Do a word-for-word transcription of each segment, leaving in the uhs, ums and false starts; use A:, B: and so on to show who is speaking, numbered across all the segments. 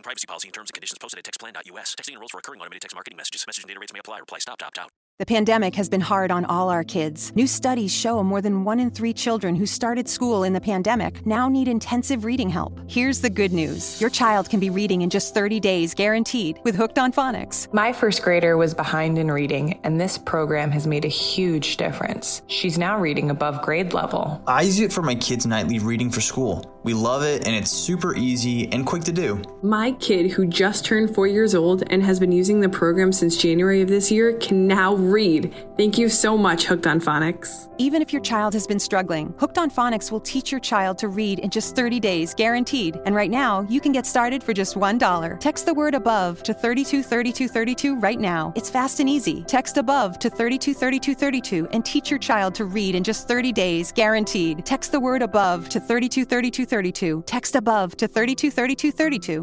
A: privacy policy and terms and conditions posted at text plan dot u s. Texting enrolls for recurring automated text marketing messages. Message and data rates may apply. Reply stop to opt out.
B: The pandemic has been hard on all our kids. New studies show more than one in three children who started school in the pandemic now need intensive reading help. Here's the good news. Your child can be reading in just thirty days, guaranteed, with Hooked on Phonics.
C: My first grader was behind in reading, and this program has made a huge difference. She's now reading above grade level.
D: I use it for my kids' nightly reading for school. We love it, and it's super easy and quick to do.
E: My kid, who just turned four years old and has been using the program since January of this year, can now read. Thank you so much, Hooked on Phonics.
B: Even if your child has been struggling, Hooked on Phonics will teach your child to read in just thirty days, guaranteed. And right now, you can get started for just one dollar. Text the word ABOVE to thirty-two thirty-two thirty-two right now. It's fast and easy. Text ABOVE to thirty-two thirty-two thirty-two and teach your child to read in just thirty days, guaranteed. Text the word ABOVE to thirty-two thirty-two thirty-two. Text ABOVE to thirty-two thirty-two thirty-two.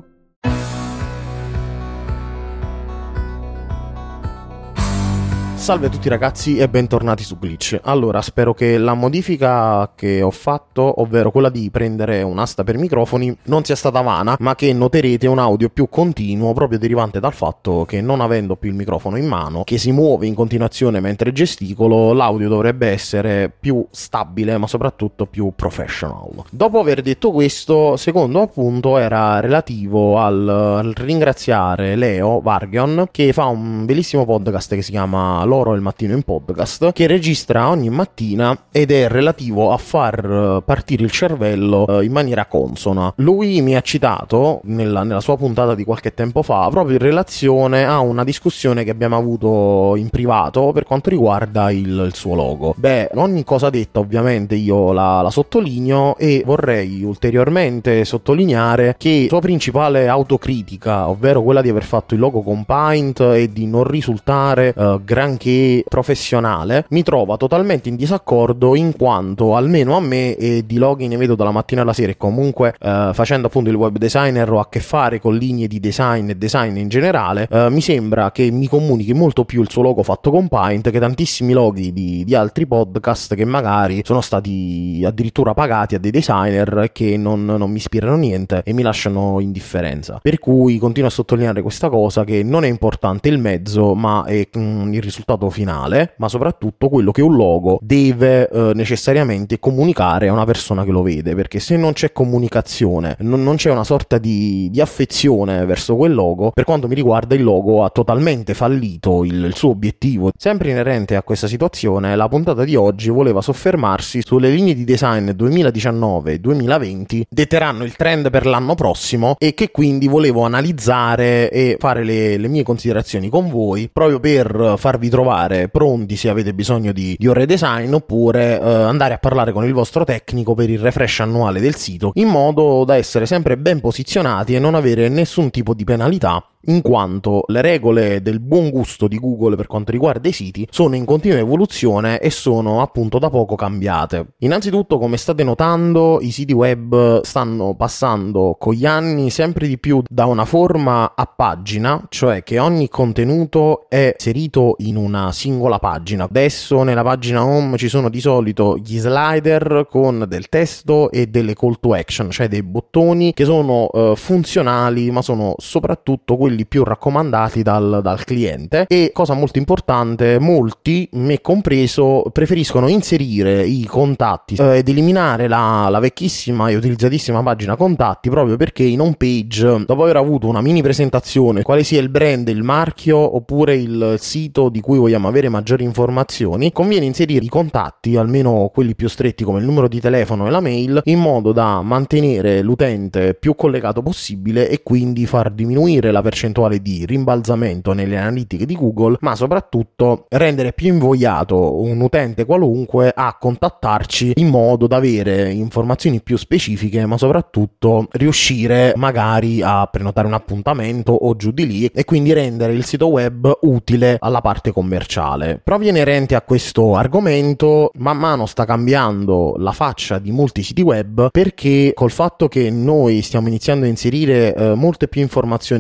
F: Salve a tutti ragazzi e bentornati su Glitch. Allora, spero che la modifica che ho fatto, ovvero quella di prendere un'asta per microfoni, non sia stata vana, ma che noterete un audio più continuo proprio derivante dal fatto che, non avendo più il microfono in mano, che si muove in continuazione mentre gesticolo, l'audio dovrebbe essere più stabile ma soprattutto più professional. Dopo aver detto questo, secondo appunto era relativo al, al ringraziare Leo Vargion, che fa un bellissimo podcast che si chiama Loro il mattino in podcast, che registra ogni mattina ed è relativo a far partire il cervello in maniera consona. Lui mi ha citato nella, nella sua puntata di qualche tempo fa proprio in relazione a una discussione che abbiamo avuto in privato per quanto riguarda il, il suo logo. Beh, ogni cosa detta ovviamente io la, la sottolineo, e vorrei ulteriormente sottolineare che sua principale autocritica, ovvero quella di aver fatto il logo con Paint e di non risultare uh, granché professionale, mi trova totalmente in disaccordo, in quanto almeno a me, e di loghi ne vedo dalla mattina alla sera, e comunque eh, facendo appunto il web designer ho a che fare con linee di design e design in generale, eh, mi sembra che mi comunichi molto più il suo logo fatto con Paint che tantissimi loghi di, di altri podcast che magari sono stati addirittura pagati a dei designer che non, non mi ispirano niente e mi lasciano indifferenza. Per cui continuo a sottolineare questa cosa, che non è importante il mezzo ma è mm, il risultato finale, ma soprattutto quello che un logo deve eh, necessariamente comunicare a una persona che lo vede, perché se non c'è comunicazione, non, non c'è una sorta di, di affezione verso quel logo, per quanto mi riguarda il logo ha totalmente fallito il, il suo obiettivo. Sempre inerente a questa situazione, la puntata di oggi voleva soffermarsi sulle linee di design duemiladiciannove duemilaventi detteranno il trend per l'anno prossimo, e che quindi volevo analizzare e fare le, le mie considerazioni con voi, proprio per farvi trovare pronti se avete bisogno di, di ore design, oppure eh, andare a parlare con il vostro tecnico per il refresh annuale del sito, in modo da essere sempre ben posizionati e non avere nessun tipo di penalità, in quanto le regole del buon gusto di Google per quanto riguarda i siti sono in continua evoluzione e sono appunto da poco cambiate. Innanzitutto, come state notando, i siti web stanno passando con gli anni sempre di più da una forma a pagina, cioè che ogni contenuto è inserito in una singola pagina. Adesso nella pagina home ci sono di solito gli slider con del testo e delle call to action, cioè dei bottoni che sono eh, funzionali, ma sono soprattutto quelli più raccomandati dal, dal cliente. E cosa molto importante, molti, me compreso, preferiscono inserire i contatti eh, ed eliminare la, la vecchissima e utilizzatissima pagina contatti, proprio perché in home page, dopo aver avuto una mini presentazione, quale sia il brand, il marchio oppure il sito di cui vogliamo avere maggiori informazioni, conviene inserire i contatti, almeno quelli più stretti come il numero di telefono e la mail, in modo da mantenere l'utente più collegato possibile e quindi far diminuire la percentuale di rimbalzamento nelle analitiche di Google, ma soprattutto rendere più invogliato un utente qualunque a contattarci, in modo da avere informazioni più specifiche, ma soprattutto riuscire magari a prenotare un appuntamento o giù di lì, e quindi rendere il sito web utile alla parte commerciale. Proprio inerente a questo argomento, man mano sta cambiando la faccia di molti siti web, perché col fatto che noi stiamo iniziando a inserire eh, molte più informazioni nella pagina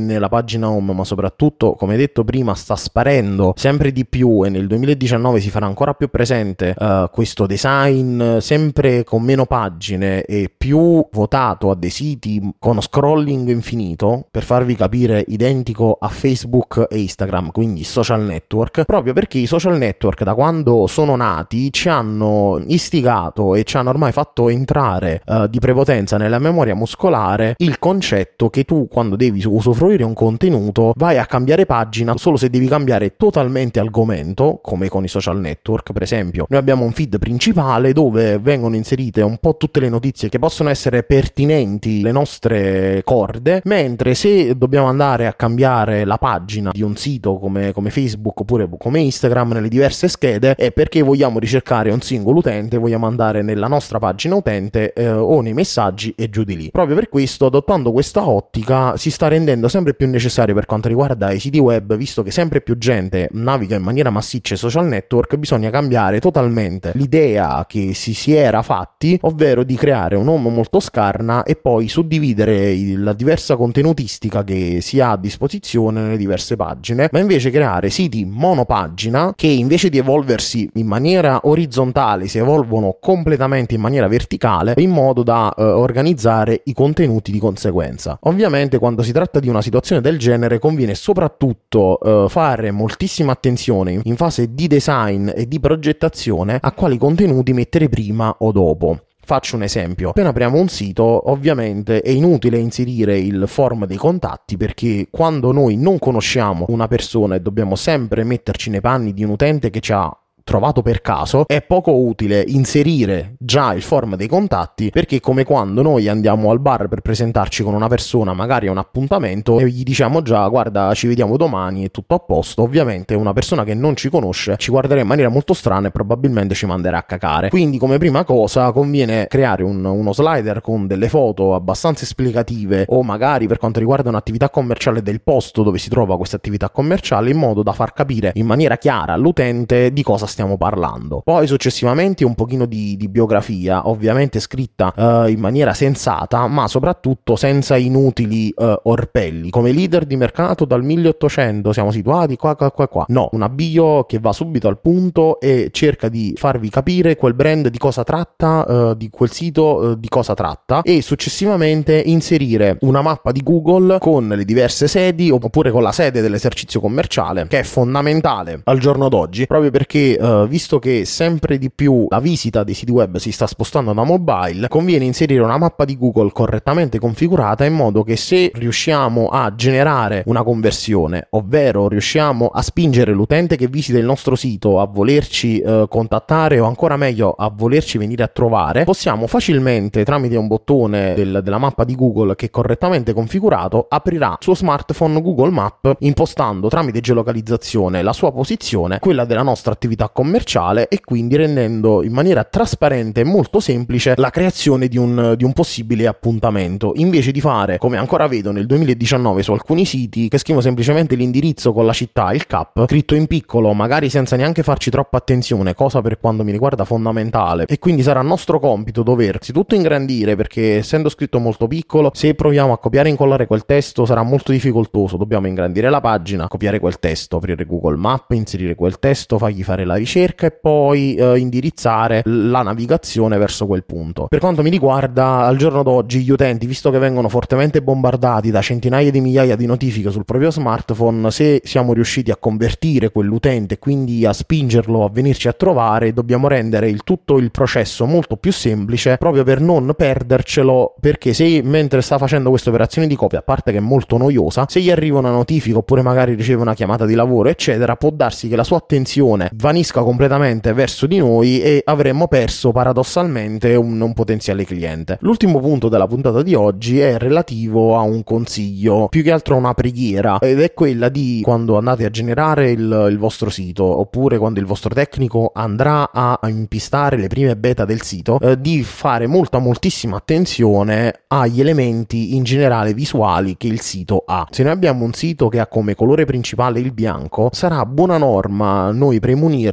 F: pagina home, ma soprattutto, come detto prima, sta sparendo sempre di più e nel duemiladiciannove si farà ancora più presente uh, questo design sempre con meno pagine e più votato a dei siti con scrolling infinito, per farvi capire identico a Facebook e Instagram, quindi social network, proprio perché i social network da quando sono nati ci hanno istigato e ci hanno ormai fatto entrare uh, di prepotenza nella memoria muscolare il concetto che tu, quando devi usufruire un contenuto, vai a cambiare pagina solo se devi cambiare totalmente argomento, come con i social network. Per esempio, noi abbiamo un feed principale dove vengono inserite un po' tutte le notizie che possono essere pertinenti alle nostre corde, mentre se dobbiamo andare a cambiare la pagina di un sito come, come Facebook oppure come Instagram nelle diverse schede, è perché vogliamo ricercare un singolo utente, vogliamo andare nella nostra pagina utente eh, o nei messaggi e giù di lì. Proprio per questo, adottando questa ottica, si sta rendendo sempre più necessario per quanto riguarda i siti web, visto che sempre più gente naviga in maniera massiccia i social network, bisogna cambiare totalmente l'idea che si, si era fatti, ovvero di creare un home molto scarna e poi suddividere il, la diversa contenutistica che si ha a disposizione nelle diverse pagine, ma invece creare siti monopagina che invece di evolversi in maniera orizzontale si evolvono completamente in maniera verticale, in modo da eh, organizzare i contenuti di conseguenza. Ovviamente quando si tratta di una situazione del genere conviene soprattutto eh, fare moltissima attenzione in fase di design e di progettazione a quali contenuti mettere prima o dopo. Faccio un esempio: appena apriamo un sito, ovviamente è inutile inserire il form dei contatti, perché quando noi non conosciamo una persona e dobbiamo sempre metterci nei panni di un utente che ci ha trovato per caso, è poco utile inserire già il form dei contatti, perché come quando noi andiamo al bar per presentarci con una persona, magari a un appuntamento, e gli diciamo già guarda ci vediamo domani, è tutto a posto. Ovviamente una persona che non ci conosce ci guarderà in maniera molto strana e probabilmente ci manderà a cacare. Quindi come prima cosa conviene creare un, uno slider con delle foto abbastanza esplicative, o magari per quanto riguarda un'attività commerciale del posto dove si trova questa attività commerciale, in modo da far capire in maniera chiara all'utente di cosa stiamo parlando. Poi successivamente un pochino di, di biografia, ovviamente scritta uh, in maniera sensata, ma soprattutto senza inutili uh, orpelli. Come leader di mercato dal milleottocento siamo situati qua qua qua qua. No, una bio che va subito al punto e cerca di farvi capire quel brand di cosa tratta, uh, di quel sito uh, di cosa tratta, e successivamente inserire una mappa di Google con le diverse sedi, oppure con la sede dell'esercizio commerciale, che è fondamentale al giorno d'oggi, proprio perché Uh, visto che sempre di più la visita dei siti web si sta spostando da mobile, conviene inserire una mappa di Google correttamente configurata, in modo che se riusciamo a generare una conversione, ovvero riusciamo a spingere l'utente che visita il nostro sito a volerci uh, contattare, o ancora meglio a volerci venire a trovare, possiamo facilmente, tramite un bottone del, della mappa di Google che è correttamente configurato, aprirà il suo smartphone Google Map, impostando tramite geolocalizzazione la sua posizione, quella della nostra attività commerciale, e quindi rendendo in maniera trasparente e molto semplice la creazione di un, di un possibile appuntamento, invece di fare, come ancora vedo nel duemiladiciannove su alcuni siti, che scrivo semplicemente l'indirizzo con la città, il C A P, scritto in piccolo, magari senza neanche farci troppa attenzione, cosa per quanto mi riguarda fondamentale. E quindi sarà nostro compito doversi tutto ingrandire, perché essendo scritto molto piccolo, se proviamo a copiare e incollare quel testo sarà molto difficoltoso. Dobbiamo ingrandire la pagina, copiare quel testo, aprire Google Map, inserire quel testo, fargli fare la ricerca e poi eh, indirizzare la navigazione verso quel punto. Per quanto mi riguarda, al giorno d'oggi gli utenti, visto che vengono fortemente bombardati da centinaia di migliaia di notifiche sul proprio smartphone, se siamo riusciti a convertire quell'utente, quindi a spingerlo a venirci a trovare, dobbiamo rendere il tutto il processo molto più semplice, proprio per non perdercelo, perché se mentre sta facendo queste operazioni di copia, a parte che è molto noiosa, se gli arriva una notifica oppure magari riceve una chiamata di lavoro eccetera, può darsi che la sua attenzione vanisca completamente verso di noi e avremmo perso paradossalmente un, un potenziale cliente. L'ultimo punto della puntata di oggi è relativo a un consiglio, più che altro una preghiera, ed è quella di, quando andate a generare il, il vostro sito, oppure quando il vostro tecnico andrà a impistare le prime beta del sito, eh, di fare molta moltissima attenzione agli elementi in generale visuali che il sito ha. Se noi abbiamo un sito che ha come colore principale il bianco, sarà buona norma noi premunirci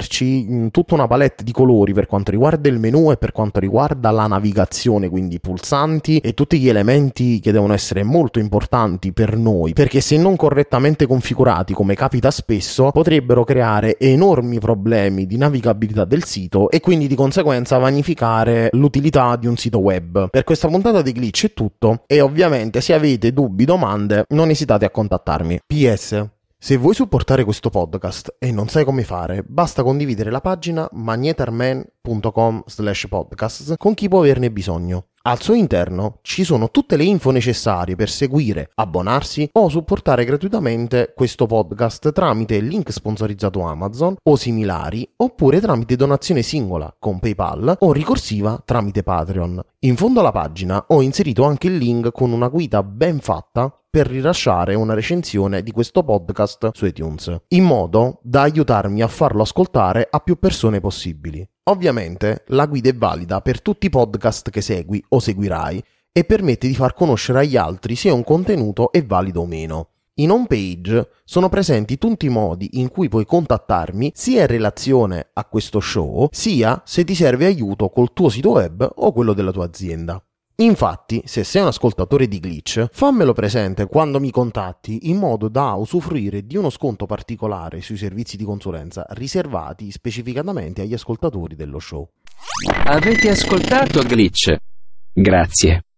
F: esserci mh, tutta una palette di colori per quanto riguarda il menu e per quanto riguarda la navigazione, quindi i pulsanti e tutti gli elementi che devono essere molto importanti per noi, perché se non correttamente configurati, come capita spesso, potrebbero creare enormi problemi di navigabilità del sito e quindi di conseguenza vanificare l'utilità di un sito web. Per questa puntata di Glitch è tutto e ovviamente se avete dubbi, domande, non esitate a contattarmi. P S Se vuoi supportare questo podcast e non sai come fare, basta condividere la pagina magnetarman punto com slash podcast con chi può averne bisogno. Al suo interno ci sono tutte le info necessarie per seguire, abbonarsi o supportare gratuitamente questo podcast tramite il link sponsorizzato Amazon o similari, oppure tramite donazione singola con PayPal o ricorsiva tramite Patreon. In fondo alla pagina ho inserito anche il link con una guida ben fatta per rilasciare una recensione di questo podcast su iTunes, in modo da aiutarmi a farlo ascoltare a più persone possibili. Ovviamente la guida è valida per tutti i podcast che segui o seguirai e permette di far conoscere agli altri se un contenuto è valido o meno. In home page sono presenti tutti i modi in cui puoi contattarmi sia in relazione a questo show, sia se ti serve aiuto col tuo sito web o quello della tua azienda. Infatti, se sei un ascoltatore di Glitch, fammelo presente quando mi contatti in modo da usufruire di uno sconto particolare sui servizi di consulenza riservati specificatamente agli ascoltatori dello show.
G: Avete ascoltato Glitch? Grazie.